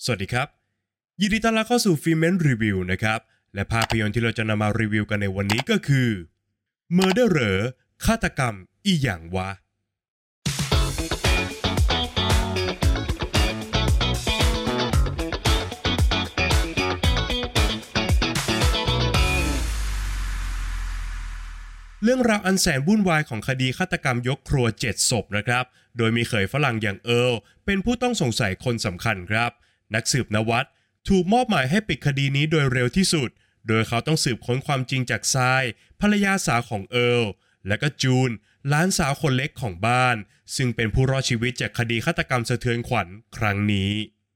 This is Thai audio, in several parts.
สวัสดีครับยินดีต้อนรับเข้าสู่ฟิเมนรีวิวนะครับและภาพยนตร์ที่เราจะนำมารีวิวกันในวันนี้ก็คือ Murderer ฆาตกรรมอีหยังวะเรื่องราวอันแสนวุ่นวายของคดีฆาตกรรมยกครัว7ศพนะครับโดยมีเขยฝรั่งอย่างเป็นผู้ต้องสงสัยคนสำคัญครับนักสืบนวัตถูกมอบหมายให้ปิดคดีนี้โดยเร็วที่สุดโดยเขาต้องสืบค้นความจริงจากทรายภรรยาสาวของและก็จูนหลานสาวคนเล็กของบ้านซึ่งเป็นผู้รอดชีวิตจากคดีฆาตกรรมสะเทือนขวัญครั้งนี้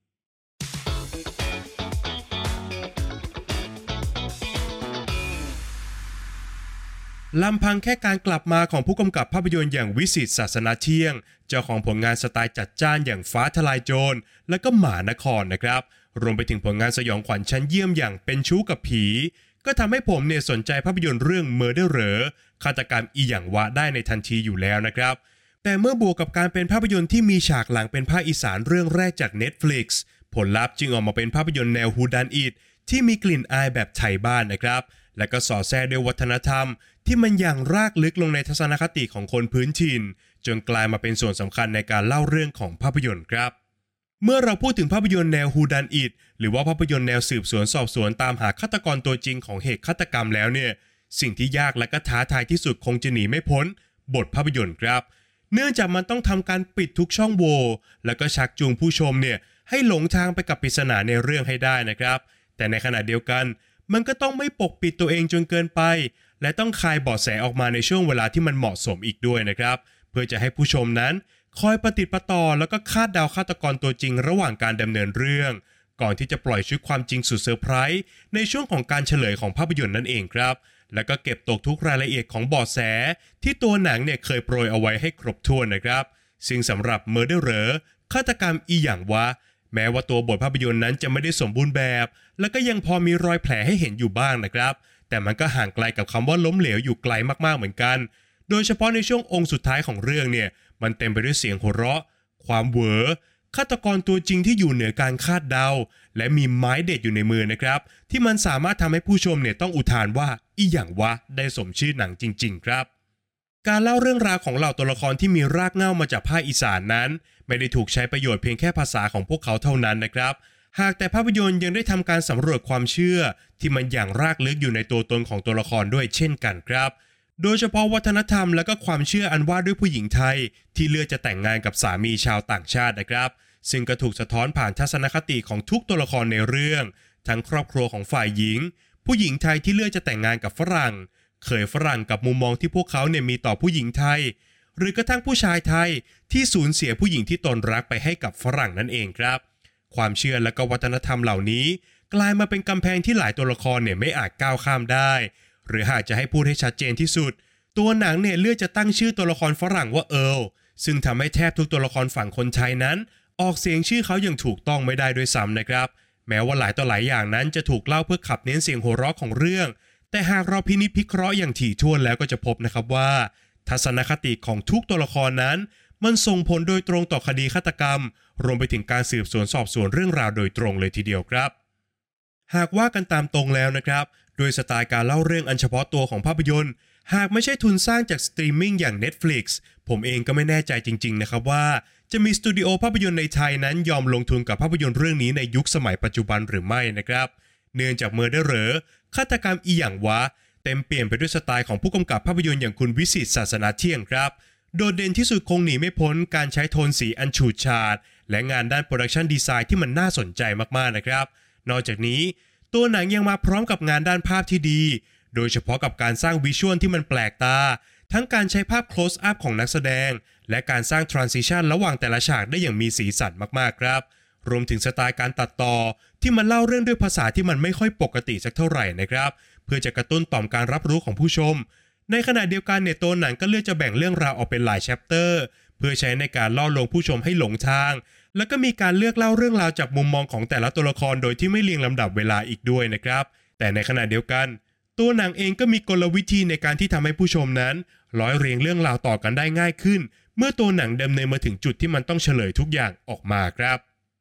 ลำพังแค่การกลับมาของผู้กำกับภาพยนตร์อย่างวิสิตศาสนาเที่ยงเจ้าของผลงานสไตล์จัดจ้านอย่างฟ้าทลายโจรและก็หมานครนะครับรวมไปถึงผลงานสยองขวัญชั้นเยี่ยมอย่างเป็นชู้กับผีก็ทำให้ผมสนใจภาพยนตร์เรื่อง Murderer ฆาตกรรมอีหยังวะได้ในทันทีอยู่แล้วนะครับแต่เมื่อบวกกับการเป็นภาพยนตร์ที่มีฉากหลังเป็นภาคอีสานเรื่องแรกจาก Netflix ผลลัพธ์จึงออกมาเป็นภาพยนตร์แนว Whodunit ที่มีกลิ่นอายแบบไทยบ้านนะครับและก็สอดแทรกด้วยวัฒนธรรมที่มันอย่างรากลึกลงในทัศนคติของคนพื้นถิ่นจนกลายมาเป็นส่วนสำคัญในการเล่าเรื่องของภาพยนตร์ครับเมื่อเราพูดถึงภาพยนตร์แนว Whodunit หรือว่าภาพยนตร์แนวสืบสวนสอบสวนตามหาฆาตกรตัวจริงของเหตุฆาตกรรมแล้วสิ่งที่ยากและก็ท้าทายที่สุดคงจะหนีไม่พ้นบทภาพยนตร์ครับเนื่องจากมันต้องทำการปิดทุกช่องโหว่แล้วก็ชักจูงผู้ชมให้หลงทางไปกับปริศนาในเรื่องให้ได้นะครับแต่ในขณะเดียวกันมันก็ต้องไม่ปกปิดตัวเองจนเกินไปและต้องคายเบาะแสออกมาในช่วงเวลาที่มันเหมาะสมอีกด้วยนะครับเพื่อจะให้ผู้ชมนั้นคอยประติดประต่อแล้วก็คาดเดาฆาตกรตัวจริงระหว่างการดำเนินเรื่องก่อนที่จะปล่อยชุดความจริงสุดเซอร์ไพรส์ในช่วงของการเฉลยของภาพยนตร์นั่นเองครับแล้วก็เก็บตกทุกรายละเอียดของเบาะแสที่ตัวหนังเคยโปรยเอาไว้ให้ครบถ้วนนะครับซึ่งสำหรับ Murderer ฆาตกรรมอีหยังวะแม้ว่าตัวบทภาพยนตร์นั้นจะไม่ได้สมบูรณ์แบบและก็ยังพอมีรอยแผลให้เห็นอยู่บ้างนะครับแต่มันก็ห่างไกลกับคำว่าล้มเหลวอยู่ไกลมากๆเหมือนกันโดยเฉพาะในช่วงองค์สุดท้ายของเรื่องมันเต็มไปด้วยเสียงหัวเราะความเหวอฆาตกรตัวจริงที่อยู่เหนือการคาดเดาและมีไม้เด็ดอยู่ในมือนะครับที่มันสามารถทำให้ผู้ชมต้องอุทานว่าอีหยังวะได้สมชื่อหนังจริงๆครับการเล่าเรื่องราวของเหล่าตัวละครที่มีรากเหง้ามาจากภาคอีสานนั้นไม่ได้ถูกใช้ประโยชน์เพียงแค่ภาษาของพวกเขาเท่านั้นนะครับหากแต่ภาพยนตร์ยังได้ทำการสำรวจความเชื่อที่มันอย่างรากลึกอยู่ในตัวตนของตัวละครด้วยเช่นกันครับโดยเฉพาะวัฒนธรรมและก็ความเชื่ออันว่าด้วยผู้หญิงไทยที่เลือกจะแต่งงานกับสามีชาวต่างชาตินะครับซึ่งก็ถูกสะท้อนผ่านทัศนคติของทุกตัวละครในเรื่องทั้งครอบครัวของฝ่ายหญิงผู้หญิงไทยที่เลือกจะแต่งงานกับฝรั่งเขยฝรั่งกับมุมมองที่พวกเขามีต่อผู้หญิงไทยหรือกระทั่งผู้ชายไทยที่สูญเสียผู้หญิงที่ตนรักไปให้กับฝรั่งนั่นเองครับความเชื่อและก็วัฒนธรรมเหล่านี้กลายมาเป็นกำแพงที่หลายตัวละครไม่อาจก้าวข้ามได้หรือหากจะให้พูดให้ชัดเจนที่สุดตัวหนังเลือกจะตั้งชื่อตัวละครฝรั่งว่าซึ่งทำให้แทบทุกตัวละครฝั่งคนไทยนั้นออกเสียงชื่อเขาอย่างถูกต้องไม่ได้ด้วยซ้ำนะครับแม้ว่าหลายต่อหลายอย่างนั้นจะถูกเล่าเพื่อขับเน้นเสียงหัวเราะของเรื่องแต่หากเราพินิจพิเคราะห์อย่างถี่ถ้วนแล้วก็จะพบนะครับว่าทัศนคติของทุกตัวละครนั้นมันส่งผลโดยตรงต่อคดีฆาตกรรมรวมไปถึงการสืบสวนสอบสวนเรื่องราวโดยตรงเลยทีเดียวครับหากว่ากันตามตรงแล้วนะครับโดยสไตล์การเล่าเรื่องอันเฉพาะตัวของภาพยนตร์หากไม่ใช่ทุนสร้างจากสตรีมมิ่งอย่าง Netflix ผมเองก็ไม่แน่ใจจริงๆนะครับว่าจะมีสตูดิโอภาพยนตร์ในไทยนั้นยอมลงทุนกับภาพยนตร์เรื่องนี้ในยุคสมัยปัจจุบันหรือไม่นะครับเนื่องจากMurdererฆาตกรรมอีหยังวะเต็มเปลี่ยนไปด้วยสไตล์ของผู้กำกับภาพยนตร์อย่างคุณวิสิตศาสนาเที่ยงครับโดดเด่นที่สุดคงหนีไม่พ้นการใช้โทนสีอันฉูดฉาดและงานด้านโปรดักชันดีไซน์ที่มันน่าสนใจมากๆนะครับนอกจากนี้ตัวหนังยังมาพร้อมกับงานด้านภาพที่ดีโดยเฉพาะกับการสร้างวิชวลที่มันแปลกตาทั้งการใช้ภาพ close up ของนักแสดงและการสร้าง transition ระหว่างแต่ละฉากได้อย่างมีสีสันมากๆครับรวมถึงสไตล์การตัดต่อที่มันเล่าเรื่องด้วยภาษาที่มันไม่ค่อยปกติสักเท่าไหร่นะครับเพื่อจะกระตุ้นต่อมการรับรู้ของผู้ชมในขณะเดียวกันตัวหนังก็เลือกจะแบ่งเรื่องราวออกเป็นหลาย chapter เพื่อใช้ในการล่อลวงผู้ชมให้หลงทางแล้วก็มีการเลือกเล่าเรื่องราวจากมุมมองของแต่ละตัวละครโดยที่ไม่เรียงลำดับเวลาอีกด้วยนะครับแต่ในขณะเดียวกันตัวหนังเองก็มีกลวิธีในการที่ทำให้ผู้ชมนั้นร้อยเรียงเรื่องราวต่อกันได้ง่ายขึ้นเมื่อตัวหนังดำเนินมาถึงจุดที่มันต้องเฉลยทุกอย่างออกมาครับ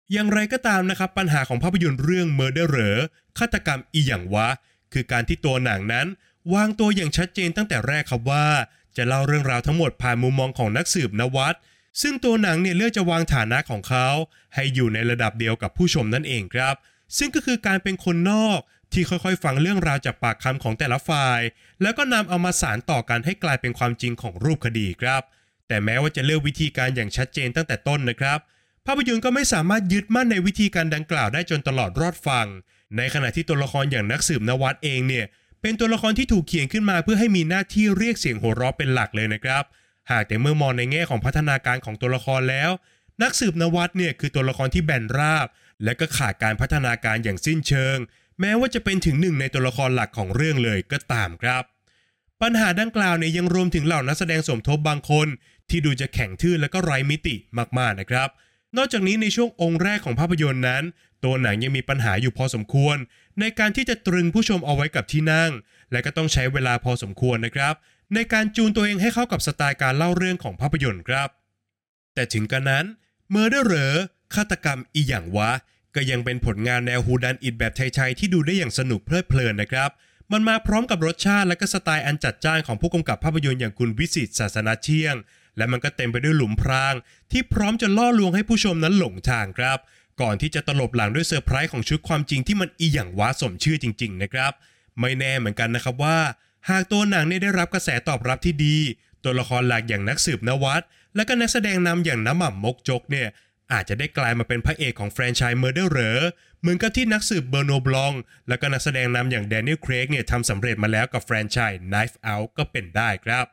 อย่างไรก็ตามนะครับปัญหาของภาพยนตร์เรื่อง Murderer ฆาตกรรมอีหยังวะคือการที่ตัวหนังนั้นวางตัวอย่างชัดเจนตั้งแต่แรกครับว่าจะเล่าเรื่องราวทั้งหมดผ่านมุมมองของนักสืบนวัตซึ่งตัวหนังเนี่ยเลือกจะวางฐานะของเขาให้อยู่ในระดับเดียวกับผู้ชมนั่นเองครับซึ่งก็คือการเป็นคนนอกที่ค่อยๆฟังเรื่องราวจากปากคำของแต่ละฝ่ายแล้วก็นำเอามาสานต่อกันให้กลายเป็นความจริงของรูปคดีครับแต่แม้ว่าจะเลือกวิธีการอย่างชัดเจนตั้งแต่ต้นนะครับภาพยนตร์ก็ไม่สามารถยึดมั่นในวิธีการดังกล่าวได้จนตลอดรอดฟังในขณะที่ตัวละครอย่างนักสืบนวัตเองเนี่ยเป็นตัวละครที่ถูกเขียนขึ้นมาเพื่อให้มีหน้าที่เรียกเสียงหัวเราะเป็นหลักเลยนะครับหากแต่เมื่อมองในแง่ของพัฒนาการของตัวละครแล้วนักสืบนวัตเนี่ยคือตัวละครที่แบนราบและก็ขาดการพัฒนาการอย่างสิ้นเชิงแม้ว่าจะเป็นถึงหนึ่งในตัวละครหลักของเรื่องเลยก็ตามครับปัญหาดังกล่าวเนี่ยยังรวมถึงเหล่านักแสดงสมทบบางคนที่ดูจะแข็งทื่อและก็ไร้มิติมากๆนะครับนอกจากนี้ในช่วงองค์แรกของภาพยนตร์นั้นตัวหนังยังมีปัญหาอยู่พอสมควรในการที่จะตรึงผู้ชมเอาไว้กับที่นั่งและก็ต้องใช้เวลาพอสมควรนะครับในการจูนตัวเองให้เข้ากับสไตล์การเล่าเรื่องของภาพยนตร์ครับแต่ถึงกระนั้น Murderer ฆาตกรรมอีหยังวะก็ยังเป็นผลงานแนวฮูดันอิทแบบไทยๆที่ดูได้อย่างสนุกเพลิดเพลินนะครับมันมาพร้อมกับรสชาติและก็สไตล์อันจัดจ้านของผู้กำกับภาพยนตร์อย่างคุณวิสิตศาสนาเที่ยงและมันก็เต็มไปด้วยหลุมพรางที่พร้อมจะล่อลวงให้ผู้ชมนั้นหลงทางครับก่อนที่จะตลบหลังด้วยเซอร์ไพรส์ของชุดความจริงที่มันอีหยังวะสมชื่อจริงๆนะครับไม่แน่เหมือนกันนะครับว่าหากตัวหนังได้รับกระแสตอบรับที่ดีตัวละครหลักอย่างนักสืบนวัตและก็นักแสดงนำอย่างน้ำหม่ำมกจกเนี่ยอาจจะได้กลายมาเป็นพระเอกของแฟรนไชส์ Murderer เหมือนกับที่นักสืบเบอร์โนบลองและก็นักแสดงนำอย่างแดเนียล เครกเนี่ยทำสำเร็จมาแล้วกับแฟรนไชส์ Knives Out ก็เป็นได้ครับ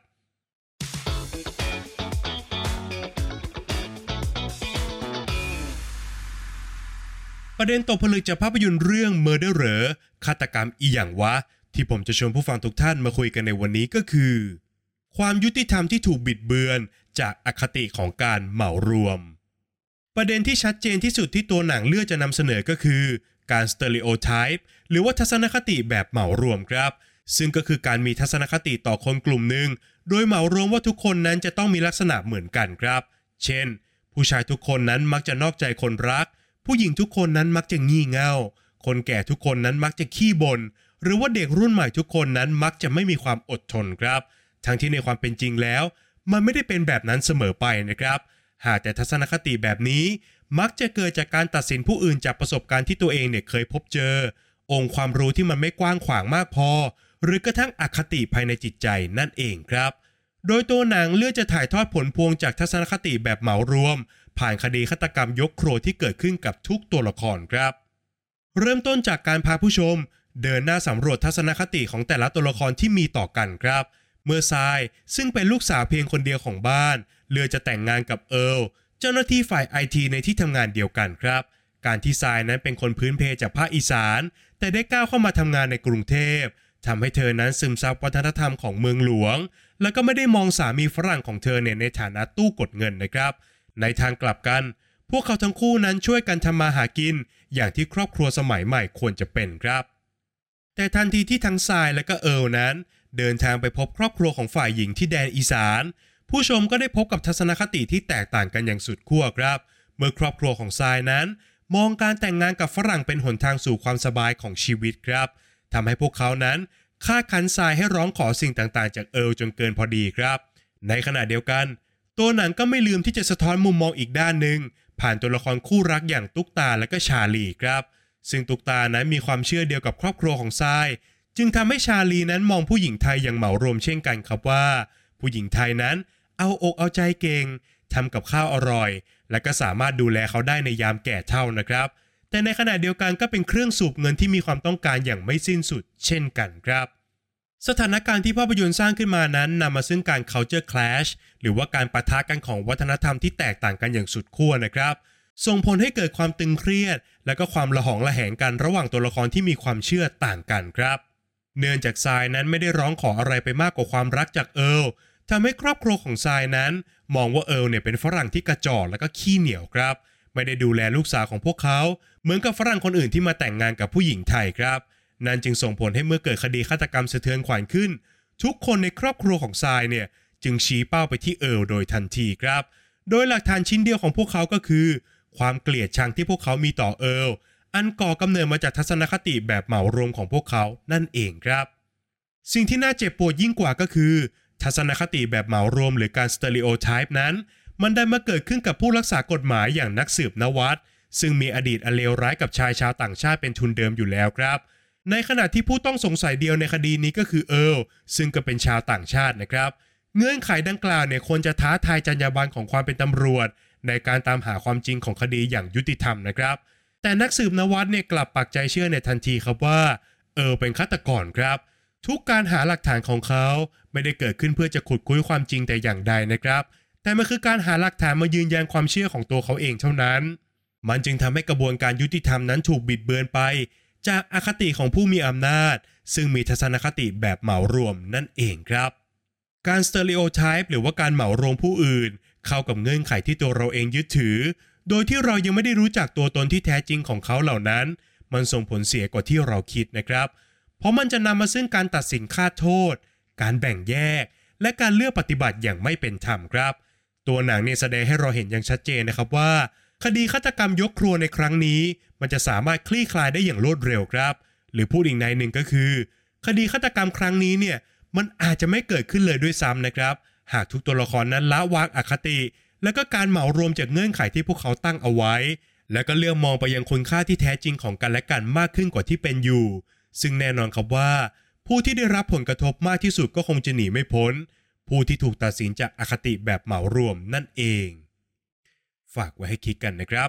ประเด็นตกผลึกจากภาพยนตร์เรื่อง Murderer ฆาตกรรมอีหยังวะที่ผมจะชวนผู้ฟังทุกท่านมาคุยกันในวันนี้ก็คือความยุติธรรมที่ถูกบิดเบือนจากอคติของการเหมารวมประเด็นที่ชัดเจนที่สุดที่ตัวหนังเลือกจะนำเสนอก็คือการสเตอริโอไทป์หรือว่าทัศนคติแบบเหมารวมครับซึ่งก็คือการมีทัศนคติต่อคนกลุ่มหนึ่งโดยเหมารวมว่าทุกคนนั้นจะต้องมีลักษณะเหมือนกันครับเช่นผู้ชายทุกคนนั้นมักจะนอกใจคนรักผู้หญิงทุกคนนั้นมักจะงี่เง่าคนแก่ทุกคนนั้นมักจะขี้บ่นหรือว่าเด็กรุ่นใหม่ทุกคนนั้นมักจะไม่มีความอดทนครับทั้งที่ในความเป็นจริงแล้วมันไม่ได้เป็นแบบนั้นเสมอไปนะครับหากแต่ทัศนคติแบบนี้มักจะเกิดจากการตัดสินผู้อื่นจากประสบการณ์ที่ตัวเองเนี่ยเคยพบเจอองค์ความรู้ที่มันไม่กว้างขวางมากพอหรือกระทั่งอคติภายในจิตใจนั่นเองครับโดยตัวหนังเลือกจะถ่ายทอดผลพวงจากทัศนคติแบบเหมารวมผ่านคดีฆาตกรรมยกครัวที่เกิดขึ้นกับทุกตัวละครครับเริ่มต้นจากการพาผู้ชมเดินหน้าสำรวจทัศนคติของแต่ละตัวละครที่มีต่อกันครับเมื่อทรายซึ่งเป็นลูกสาวเพียงคนเดียวของบ้านเลือกจะแต่งงานกับเอิร์ลเจ้าหน้าที่ฝ่ายไอทีในที่ทำงานเดียวกันครับการที่ทรายนั้นเป็นคนพื้นเพจากภาคอีสานแต่ได้ก้าวเข้ามาทำงานในกรุงเทพทำให้เธอนั้นซึมซับวัฒนธรรมของเมืองหลวงแล้วก็ไม่ได้มองสามีฝรั่งของเธอในฐานะตู้กดเงินนะครับในทางกลับกันพวกเขาทั้งคู่นั้นช่วยกันทำมาหากินอย่างที่ครอบครัวสมัยใหม่ควรจะเป็นครับแต่ทันทีที่ทั้งทรายและก็เอิร์ลนั้นเดินทางไปพบครอบครัวของฝ่ายหญิงที่แดนอีสานผู้ชมก็ได้พบกับทัศนคติที่แตกต่างกันอย่างสุดขั้วครับเมื่อครอบครัวของทรายนั้นมองการแต่งงานกับฝรั่งเป็นหนทางสู่ความสบายของชีวิตครับทำให้พวกเขานั้นคาดคั้นทรายให้ร้องขอสิ่งต่างๆจากเอิร์ลจนเกินพอดีครับในขณะเดียวกันตัวหนังก็ไม่ลืมที่จะสะท้อนมุมมองอีกด้านหนึ่งผ่านตัวละครคู่รักอย่างตุ๊กตาและก็ชาลีครับซึ่งตุ๊กตานั้นมีความเชื่อเดียวกับครอบครัวของทรายจึงทำให้ชาลีนั้นมองผู้หญิงไทยอย่างเหมารวมเช่นกันครับว่าผู้หญิงไทยนั้นเอาอกเอาใจเก่งทำกับข้าวอร่อยและก็สามารถดูแลเขาได้ในยามแก่เฒ่านะครับแต่ในขณะเดียวกันก็เป็นเครื่องสูบเงินที่มีความต้องการอย่างไม่สิ้นสุดเช่นกันครับสถานการณ์ที่ภาพยนตร์สร้างขึ้นมานั้นนำมาซึ่งการ culture clash หรือว่าการปะทะกันของวัฒนธรรมที่แตกต่างกันอย่างสุดขั้วนะครับส่งผลให้เกิดความตึงเครียดและก็ความระหองระแหงกันระหว่างตัวละครที่มีความเชื่อต่างกันครับเนื่องจากทรายนั้นไม่ได้ร้องขออะไรไปมากกว่าความรักจากเอิร์ลทำให้ครอบครัวของทรายนั้นมองว่าเอิร์ลเนี่ยเป็นฝรั่งที่กระจอกและก็ขี้เหนียวครับไม่ได้ดูแลลูกสาวของพวกเขาเหมือนกับฝรั่งคนอื่นที่มาแต่งงานกับผู้หญิงไทยครับนั่นจึงส่งผลให้เมื่อเกิดคดีฆาตกรรมสะเทือนขวัญขึ้นทุกคนในครอบครัวของทรายเนี่ยจึงชี้เป้าไปที่เอิร์ลโดยทันทีครับโดยหลักฐานชิ้นเดียวของพวกเขาก็คือความเกลียดชังที่พวกเขามีต่อเอิร์ลอันก่อกำเนิดมาจากทัศนคติแบบเหมารวมของพวกเขานั่นเองครับสิ่งที่น่าเจ็บปวดยิ่งกว่าก็คือทัศนคติแบบเหมารวมหรือการสเตอริโอไทป์นั้นมันได้มาเกิดขึ้นกับผู้รักษากฎหมายอย่างนักสืบนวัตซึ่งมีอดีตอันเลวร้ายกับชายชาวต่างชาติเป็นทุนเดิมอยู่แล้วครับในขณะที่ผู้ต้องสงสัยเดียวในคดีนี้ก็คือเอิร์ลซึ่งก็เป็นชาวต่างชาตินะครับเงื่อนไขดังกล่าวเนี่ยควรจะท้าทายจรรยาบรรณของความเป็นตำรวจในการตามหาความจริงของคดีอย่างยุติธรรมนะครับแต่นักสืบนวัตเนี่ยกลับปักใจเชื่อในทันทีครับว่าเป็นฆาตกรครับทุกการหาหลักฐานของเขาไม่ได้เกิดขึ้นเพื่อจะขุดคุ้ยความจริงแต่อย่างใดนะครับแต่มันคือการหาหลักฐานมายืนยันความเชื่อของตัวเขาเองเท่านั้นมันจึงทำให้กระบวนการยุติธรรมนั้นถูกบิดเบือนไปจากอคติของผู้มีอำนาจซึ่งมีทัศนคติแบบเหมารวมนั่นเองครับการสเตอริโอไทป์หรือว่าการเหมารวมผู้อื่นเข้ากับเงื่อนไขที่ตัวเราเองยึดถือโดยที่เรายังไม่ได้รู้จักตัวตนที่แท้จริงของเขาเหล่านั้นมันส่งผลเสียกว่าที่เราคิดนะครับเพราะมันจะนำมาซึ่งการตัดสินค่าโทษการแบ่งแยกและการเลือกปฏิบัติอย่างไม่เป็นธรรมครับตัวหนังเนี่ยแสดงให้เราเห็นอย่างชัดเจนนะครับว่าคดีฆาตกรรมยกครัวในครั้งนี้มันจะสามารถคลี่คลายได้อย่างรวดเร็วครับหรือพูดอีกในหนึ่งก็คือคดีฆาตกรรมครั้งนี้เนี่ยมันอาจจะไม่เกิดขึ้นเลยด้วยซ้ำนะครับหากทุกตัวละครนั้นละวางอคติและก็การเหมารวมจากเงื่อนไขที่พวกเขาตั้งเอาไว้แล้วก็เลือกมองไปยังคุณค่าที่แท้จริงของกันและกันมากขึ้นกว่าที่เป็นอยู่ซึ่งแน่นอนครับว่าผู้ที่ได้รับผลกระทบมากที่สุดก็คงจะหนีไม่พ้นผู้ที่ถูกตัดสินจากอคติแบบเหมารวมนั่นเองฝากไว้ให้คิดกันนะครับ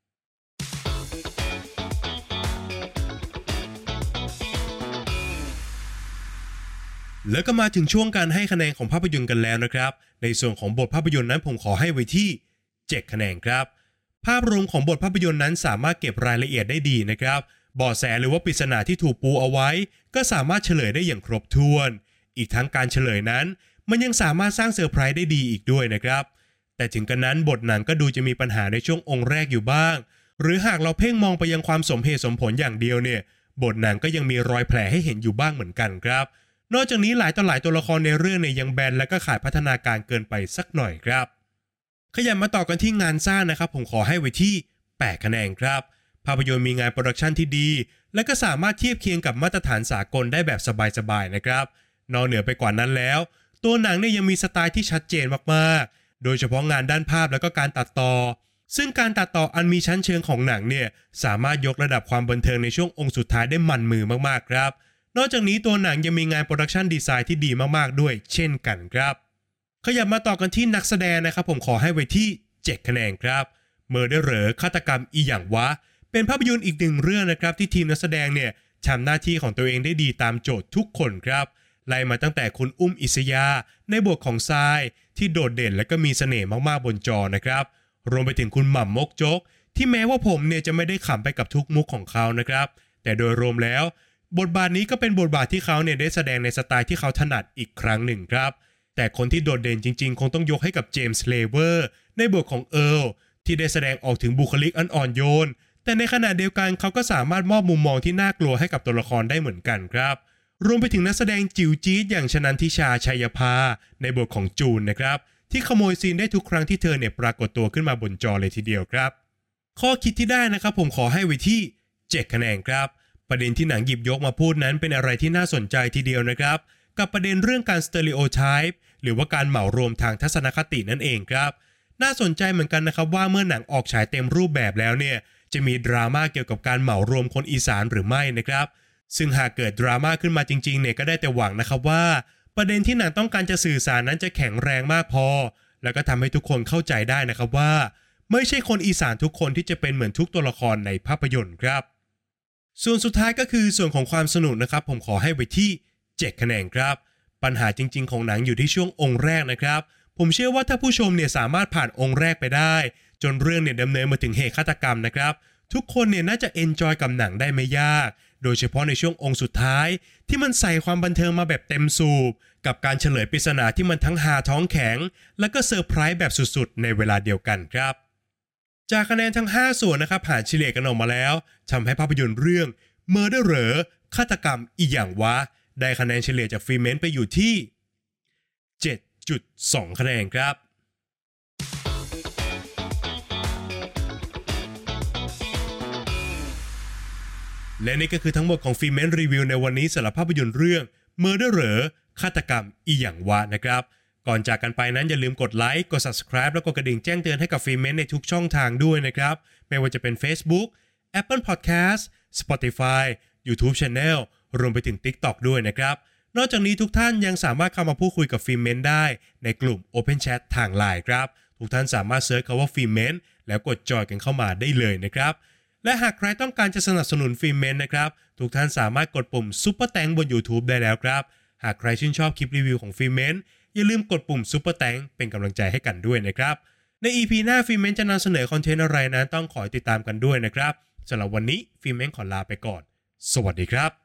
แล้วก็มาถึงช่วงการให้คะแนนของภาพยนตร์กันแล้วนะครับในส่วนของบทภาพยนตร์นั้นผมขอให้ไว้ที่7คะแนนครับภาพรวมของบทภาพยนตร์นั้นสามารถเก็บรายละเอียดได้ดีนะครับเบาะแสหรือว่าปริศนาที่ถูกปูเอาไว้ก็สามารถเฉลยได้อย่างครบถ้วนอีกทั้งการเฉลยนั้นมันยังสามารถสร้างเซอร์ไพรส์ได้ดีอีกด้วยนะครับแต่ถึงกระนั้นบทหนังก็ดูจะมีปัญหาในช่วงองค์แรกอยู่บ้างหรือหากเราเพ่งมองไปยังความสมเหตุสมผลอย่างเดียวเนี่ยบทหนังก็ยังมีรอยแผลให้เห็นอยู่บ้างเหมือนกันครับนอกจากนี้หลายต่อหลายตัวละครในเรื่องเนี่ยยังแบนและก็ขาดพัฒนาการเกินไปสักหน่อยครับขยับมาต่อกันที่งานสร้างนะครับผมขอให้ไว้ที่8คะแนนครับภาพยนตร์มีงานโปรดักชันที่ดีและก็สามารถเทียบเคียงกับมาตรฐานสากลได้แบบสบายๆนะครับนอกเหนือไปกว่านั้นแล้วตัวหนังเนี่ยยังมีสไตล์ที่ชัดเจนมากๆโดยเฉพาะงานด้านภาพและก็การตัดต่อซึ่งการตัดต่ออันมีชั้นเชิงของหนังเนี่ยสามารถยกระดับความบันเทิงในช่วงองค์สุดท้ายได้มันมือมากๆครับนอกจากนี้ตัวหนังยังมีงานโปรดักชันดีไซน์ที่ดีมากๆด้วยเช่นกันครับขยับมาต่อกันที่นักแสดงนะครับผมขอให้ไว้ที่7คะแนนครับMurdererฆาตกรรมอีหยังวะเป็นภาพยนตร์อีกหนึ่งเรื่องนะครับที่ทีมนักแสดงเนี่ยทำหน้าที่ของตัวเองได้ดีตามโจทย์ทุกคนครับไล่มาตั้งแต่คุณอุ้มอิสยาในบทของทรายที่โดดเด่นและก็มีเสน่ห์มากๆบนจอนะครับรวมไปถึงคุณหม่ำมกจกที่แม้ว่าผมเนี่ยจะไม่ได้ขำไปกับทุกมุกของเขานะครับแต่โดยรวมแล้วบทบาทนี้ก็เป็นบทบาทที่เขาเนี่ยได้แสดงในสไตล์ที่เขาถนัดอีกครั้งหนึ่งครับแต่คนที่โดดเด่นจริงๆคงต้องยกให้กับเจมส์เลเวอร์ในบทของเอิร์ลที่ได้แสดงออกถึงบุคลิกอันอ่อนโยนแต่ในขณะเดียวกันเขาก็สามารถมอบมุมมองที่น่ากลัวให้กับตัวละครได้เหมือนกันครับรวมไปถึงนักแสดงจิ๋วจี๊ดอย่างชนันทิชาชัยภาในบทของจูนนะครับที่ขโมยซีนได้ทุกครั้งที่เธอเนี่ยปรากฏตัวขึ้นมาบนจอเลยทีเดียวครับข้อคิดที่ได้นะครับผมขอให้ไว้ที่7คะแนนครับประเด็นที่หนังหยิบยกมาพูดนั้นเป็นอะไรที่น่าสนใจทีเดียวนะครับกับประเด็นเรื่องการสเตอริโอไทป์หรือว่าการเหมารวมทางทัศนคตินั่นเองครับน่าสนใจเหมือนกันนะครับว่าเมื่อหนังออกฉายเต็มรูปแบบแล้วเนี่ยจะมีดราม่าเกี่ยวกับการเหมารวมคนอีสานหรือไม่นะครับซึ่งหากเกิดดราม่าขึ้นมาจริงๆเนี่ยก็ได้แต่หวังนะครับว่าประเด็นที่หนังต้องการจะสื่อสารนั้นจะแข็งแรงมากพอแล้วก็ทำให้ทุกคนเข้าใจได้นะครับว่าไม่ใช่คนอีสานทุกคนที่จะเป็นเหมือนทุกตัวละครในภาพยนตร์ครับส่วนสุดท้ายก็คือส่วนของความสนุกนะครับผมขอให้ไว้ที่7คะแนนครับปัญหาจริงๆของหนังอยู่ที่ช่วงองค์แรกนะครับผมเชื่อว่าถ้าผู้ชมเนี่ยสามารถผ่านองค์แรกไปได้จนเรื่องเนี่ยดำเนินมาถึงเหตุฆาตกรรมนะครับทุกคนเนี่ยน่าจะเอนจอยกับหนังได้ไม่ยากโดยเฉพาะในช่วงองค์สุดท้ายที่มันใส่ความบันเทิงมาแบบเต็มสูบกับการเฉลยปริศนาที่มันทั้งฮาท้องแข็งและก็เซอร์ไพรส์แบบสุดๆในเวลาเดียวกันครับจากคะแนนทั้ง5ส่วนนะครับหารเฉลี่ยกันออกมาแล้วทำให้ภาพยนตร์เรื่อง Murderer ฆาตกรรมอีหยังวะได้คะแนนเฉลี่ยจากฟรีเมนต์ไปอยู่ที่ 7.2 คะแนนครับและนี่ก็คือทั้งหมดของฟิเมนรีวิวในวันนี้สำหรับภาพยนตร์เรื่อง Murderer ฆาตกรรมอีหยังวะนะครับก่อนจากกันไปนั้นอย่าลืมกดไลค์กด Subscribe แล้วก็กระดิ่งแจ้งเตือนให้กับฟิเมนในทุกช่องทางด้วยนะครับไม่ว่าจะเป็น Facebook Apple Podcast Spotify YouTube Channel รวมไปถึง TikTok ด้วยนะครับนอกจากนี้ทุกท่านยังสามารถเข้ามาพูดคุยกับฟิเมนได้ในกลุ่ม Open Chat ทาง LINE ครับทุกท่านสามารถเสิร์ชคำว่าฟิเมนแล้วกดจอยกันเข้ามาได้เลยนะครับและหากใครต้องการจะสนับสนุนฟิเมนนะครับทุกท่านสามารถกดปุ่ม Super Thanks บน YouTube ได้แล้วครับหากใครชื่นชอบคลิปรีวิวของฟิเมนอย่าลืมกดปุ่ม Super Thanks เป็นกำลังใจให้กันด้วยนะครับใน EP หน้าฟิเมนจะนำเสนอคอนเทนต์อะไรนั้นต้องขอติดตามกันด้วยนะครับสำหรับวันนี้ฟิเมนขอลาไปก่อนสวัสดีครับ